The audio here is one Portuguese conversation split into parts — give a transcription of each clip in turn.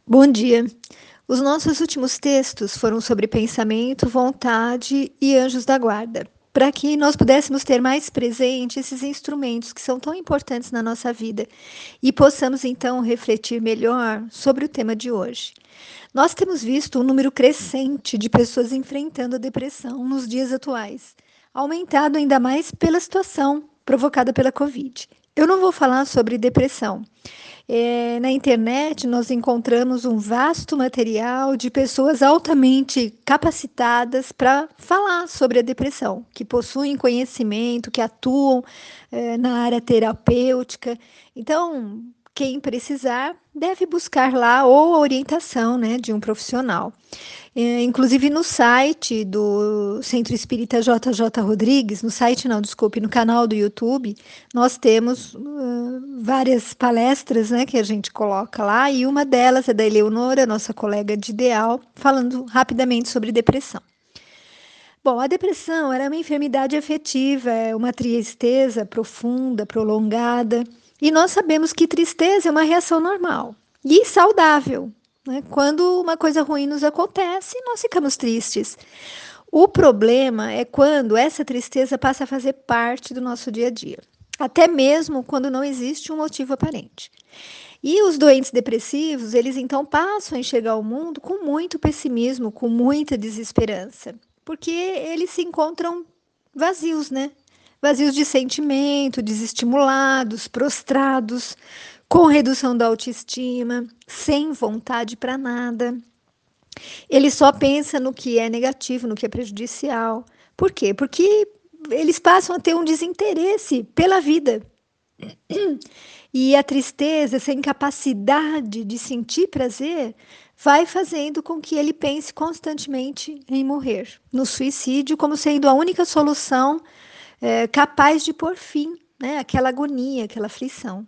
Bom dia. Os nossos últimos textos foram sobre pensamento, vontade e anjos da guarda, para que nós pudéssemos ter mais presente esses instrumentos que são tão importantes na nossa vida e possamos então refletir melhor sobre o tema de hoje. Nós temos visto um número crescente de pessoas enfrentando a depressão nos dias atuais, aumentado ainda mais pela situação provocada pela Covid. Eu não vou falar sobre depressão. Na internet, nós encontramos um vasto material de pessoas altamente capacitadas para falar sobre a depressão, que possuem conhecimento, que atuam na área terapêutica. Então, quem precisar deve buscar lá ou a orientação, né, de um profissional. Inclusive no site do Centro Espírita JJ Rodrigues, no site não, desculpe, no canal do YouTube, nós temos várias palestras, né, que a gente coloca lá, e uma delas é da Eleonora, nossa colega de ideal, falando rapidamente sobre depressão. Bom, a depressão era uma enfermidade afetiva, é uma tristeza profunda, prolongada, e nós sabemos que tristeza é uma reação normal e saudável, né? Quando uma coisa ruim nos acontece, nós ficamos tristes. O problema é quando essa tristeza passa a fazer parte do nosso dia a dia, até mesmo quando não existe um motivo aparente. E os doentes depressivos, eles então passam a enxergar o mundo com muito pessimismo, com muita desesperança, porque eles se encontram vazios, né? Vazios de sentimento, desestimulados, prostrados, com redução da autoestima, sem vontade para nada. Ele só pensa no que é negativo, no que é prejudicial. Por quê? Porque eles passam a ter um desinteresse pela vida. E a tristeza, essa incapacidade de sentir prazer, vai fazendo com que ele pense constantemente em morrer, no suicídio, como sendo a única solução capaz de pôr fim, né, àquela agonia, aquela aflição.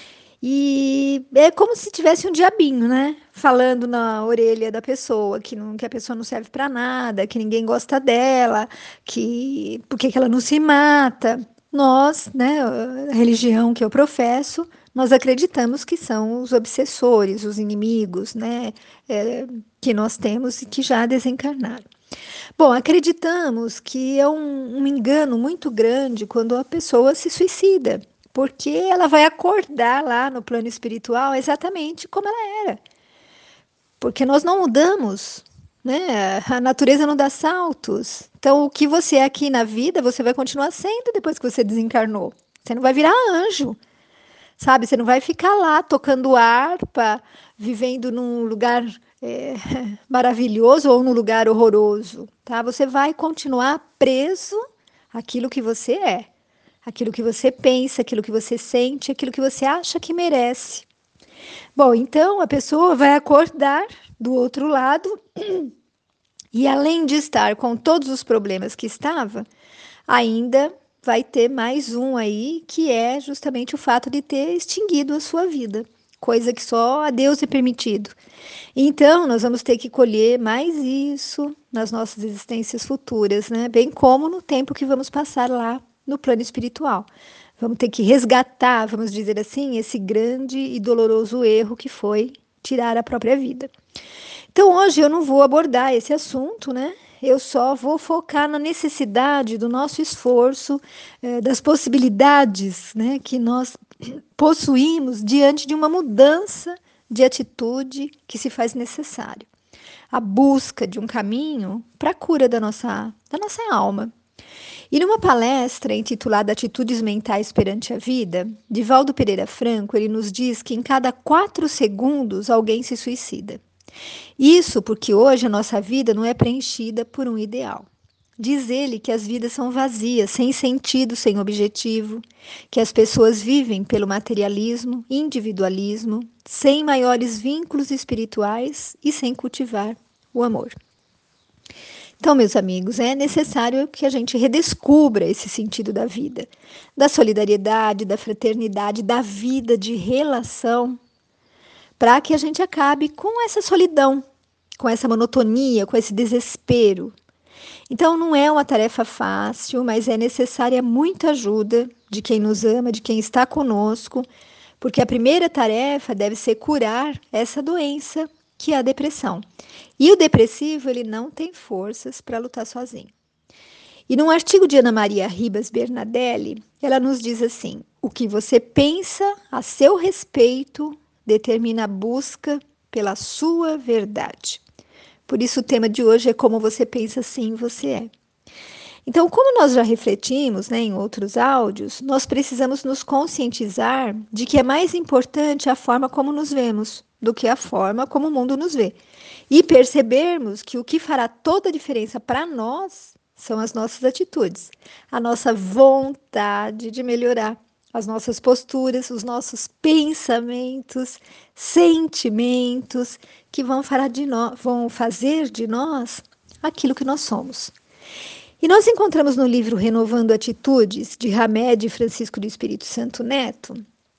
E é como se tivesse um diabinho, né? Falando na orelha da pessoa que a pessoa não serve para nada, que ninguém gosta dela, que por que ela não se mata. Nós, né, a religião que eu professo, nós acreditamos que são os obsessores, os inimigos, né, é, que nós temos e que já desencarnaram. Bom, acreditamos que é um engano muito grande quando a pessoa se suicida, porque ela vai acordar lá no plano espiritual exatamente como ela era, porque nós não mudamos, né? A natureza não dá saltos. Então, o que você é aqui na vida, você vai continuar sendo depois que você desencarnou. Você não vai virar anjo, sabe? Você não vai ficar lá tocando harpa, vivendo num lugar é, maravilhoso ou num lugar horroroso, tá? Você vai continuar preso àquilo que você é, aquilo que você pensa, aquilo que você sente, aquilo que você acha que merece. Bom, então a pessoa vai acordar do outro lado e além de estar com todos os problemas que estava, ainda vai ter mais um aí, que é justamente o fato de ter extinguido a sua vida, coisa que só a Deus é permitido. Então, nós vamos ter que colher mais isso nas nossas existências futuras, né? Bem como no tempo que vamos passar lá no plano espiritual. Vamos ter que resgatar, vamos dizer assim, esse grande e doloroso erro que foi tirar a própria vida. Então, hoje eu não vou abordar esse assunto, né? Eu só vou focar na necessidade do nosso esforço, das possibilidades, né, que nós possuímos diante de uma mudança de atitude que se faz necessário. A busca de um caminho para a cura da nossa alma. E numa palestra intitulada Atitudes Mentais perante a Vida, Divaldo Pereira Franco, ele nos diz que em cada 4 segundos alguém se suicida. Isso porque hoje a nossa vida não é preenchida por um ideal. Diz ele que as vidas são vazias, sem sentido, sem objetivo, que as pessoas vivem pelo materialismo, individualismo, sem maiores vínculos espirituais e sem cultivar o amor. Então, meus amigos, é necessário que a gente redescubra esse sentido da vida, da solidariedade, da fraternidade, da vida de relação, para que a gente acabe com essa solidão, com essa monotonia, com esse desespero. Então, não é uma tarefa fácil, mas é necessária muita ajuda de quem nos ama, de quem está conosco, porque a primeira tarefa deve ser curar essa doença que é a depressão. E o depressivo, ele não tem forças para lutar sozinho. E num artigo de Ana Maria Ribas Bernardelli, ela nos diz assim: o que você pensa a seu respeito determina a busca pela sua verdade. Por isso o tema de hoje é como você pensa, sim, você é. Então, como nós já refletimos, né, em outros áudios, nós precisamos nos conscientizar de que é mais importante a forma como nos vemos do que a forma como o mundo nos vê. E percebermos que o que fará toda a diferença para nós são as nossas atitudes, a nossa vontade de melhorar, as nossas posturas, os nossos pensamentos, sentimentos que vão fazer de nós aquilo que nós somos. E nós encontramos no livro Renovando Atitudes, de Hamed Francisco do Espírito Santo Neto,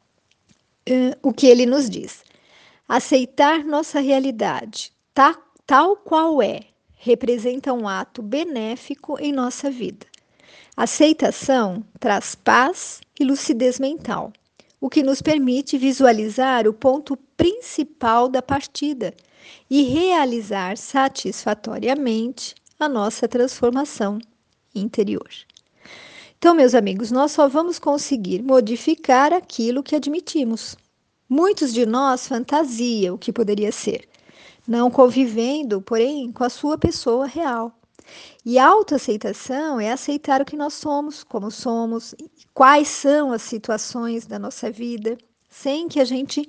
o que ele nos diz. Aceitar nossa realidade, tal qual é, representa um ato benéfico em nossa vida. Aceitação traz paz e lucidez mental, o que nos permite visualizar o ponto principal da partida e realizar satisfatoriamente a nossa transformação interior. Então, meus amigos, nós só vamos conseguir modificar aquilo que admitimos. Muitos de nós fantasiam o que poderia ser, não convivendo, porém, com a sua pessoa real. E a autoaceitação é aceitar o que nós somos, como somos, quais são as situações da nossa vida, sem que a gente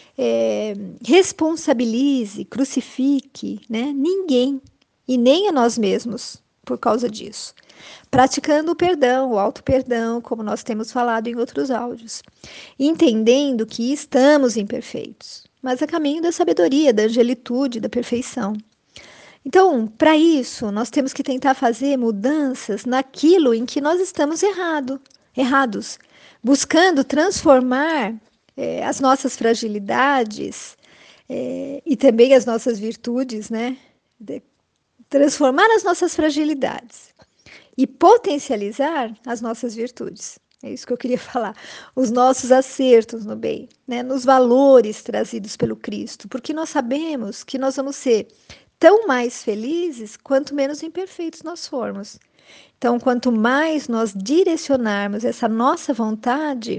responsabilize, crucifique, né, ninguém e nem a nós mesmos por causa disso. Praticando o perdão, o auto-perdão, como nós temos falado em outros áudios. Entendendo que estamos imperfeitos, mas a caminho da sabedoria, da angelitude, da perfeição. Então, para isso, nós temos que tentar fazer mudanças naquilo em que nós estamos errados, buscando transformar as nossas fragilidades e também as nossas virtudes, né? Transformar as nossas fragilidades e potencializar as nossas virtudes. É isso que eu queria falar. Os nossos acertos no bem, né? Nos valores trazidos pelo Cristo, porque nós sabemos que nós vamos ser tão mais felizes quanto menos imperfeitos nós formos. Então, quanto mais nós direcionarmos essa nossa vontade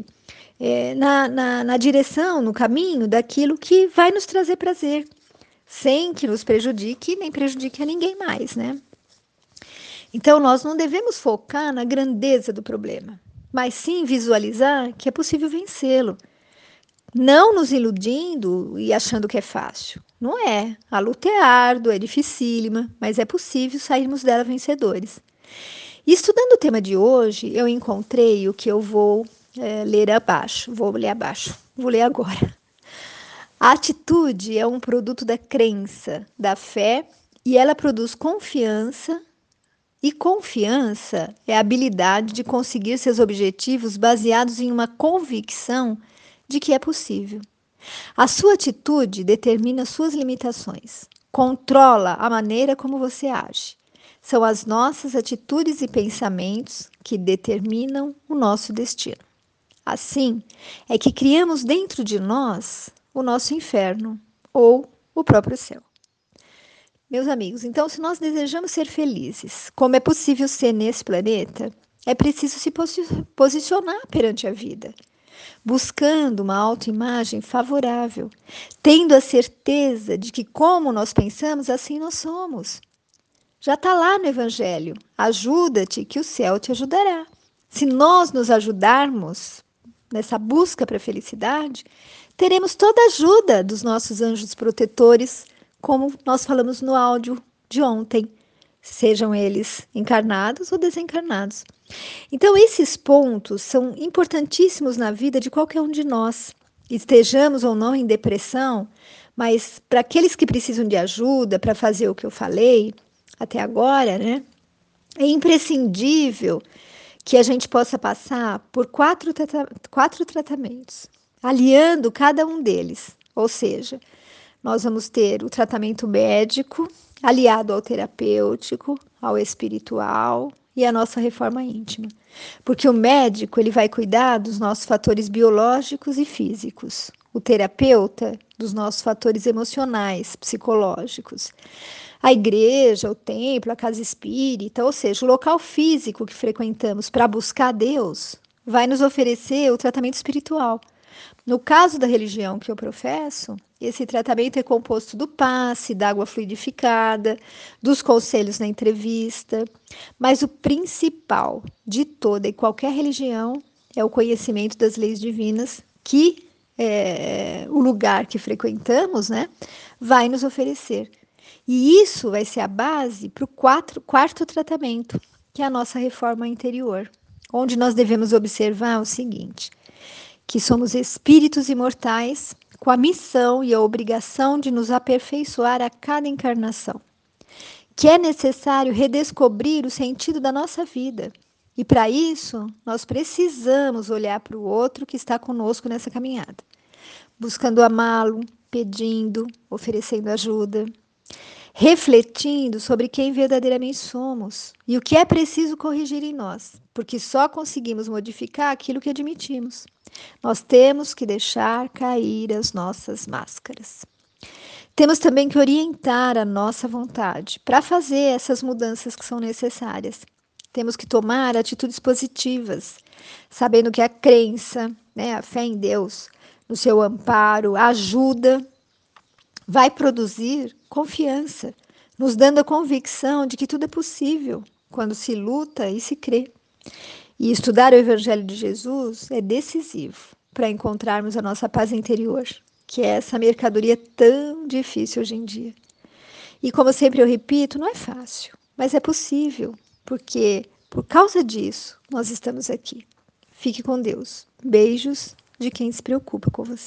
na direção, no caminho daquilo que vai nos trazer prazer, sem que nos prejudique nem prejudique a ninguém mais, né? Então, nós não devemos focar na grandeza do problema, mas sim visualizar que é possível vencê-lo. Não nos iludindo e achando que é fácil. Não é. A luta é árdua, é dificílima, mas é possível sairmos dela vencedores. E estudando o tema de hoje, eu encontrei o que eu vou ler abaixo. Vou ler abaixo. Vou ler agora. A atitude é um produto da crença, da fé, e ela produz confiança. E confiança é a habilidade de conseguir seus objetivos baseados em uma convicção de que é possível. A sua atitude determina suas limitações, controla a maneira como você age. São as nossas atitudes e pensamentos que determinam o nosso destino. Assim, é que criamos dentro de nós o nosso inferno ou o próprio céu. Meus amigos, então, se nós desejamos ser felizes, como é possível ser nesse planeta, é preciso se posicionar perante a vida, buscando uma autoimagem favorável, tendo a certeza de que, como nós pensamos, assim nós somos. Já está lá no Evangelho: ajuda-te, que o céu te ajudará. Se nós nos ajudarmos nessa busca para a felicidade, teremos toda a ajuda dos nossos anjos protetores, como nós falamos no áudio de ontem, sejam eles encarnados ou desencarnados. Então, esses pontos são importantíssimos na vida de qualquer um de nós, estejamos ou não em depressão, mas para aqueles que precisam de ajuda para fazer o que eu falei até agora, né, é imprescindível que a gente possa passar por quatro tratamentos, aliando cada um deles, ou seja, nós vamos ter o tratamento médico, aliado ao terapêutico, ao espiritual e a nossa reforma íntima. Porque o médico, ele vai cuidar dos nossos fatores biológicos e físicos. O terapeuta, dos nossos fatores emocionais, psicológicos. A igreja, o templo, a casa espírita, ou seja, o local físico que frequentamos para buscar Deus, vai nos oferecer o tratamento espiritual. No caso da religião que eu professo, esse tratamento é composto do passe, da água fluidificada, dos conselhos na entrevista, mas o principal de toda e qualquer religião é o conhecimento das leis divinas que o lugar que frequentamos, né, vai nos oferecer. E isso vai ser a base para o quarto tratamento, que é a nossa reforma interior, onde nós devemos observar o seguinte: que somos espíritos imortais com a missão e a obrigação de nos aperfeiçoar a cada encarnação, que é necessário redescobrir o sentido da nossa vida. E para isso, nós precisamos olhar para o outro que está conosco nessa caminhada, buscando amá-lo, pedindo, oferecendo ajuda, refletindo sobre quem verdadeiramente somos e o que é preciso corrigir em nós, porque só conseguimos modificar aquilo que admitimos. Nós temos que deixar cair as nossas máscaras. Temos também que orientar a nossa vontade para fazer essas mudanças que são necessárias. Temos que tomar atitudes positivas, sabendo que a crença, né, a fé em Deus, no seu amparo, a ajuda, vai produzir confiança, nos dando a convicção de que tudo é possível quando se luta e se crê. E estudar o Evangelho de Jesus é decisivo para encontrarmos a nossa paz interior, que é essa mercadoria tão difícil hoje em dia. E como sempre eu repito, não é fácil, mas é possível, porque por causa disso nós estamos aqui. Fique com Deus. Beijos de quem se preocupa com você.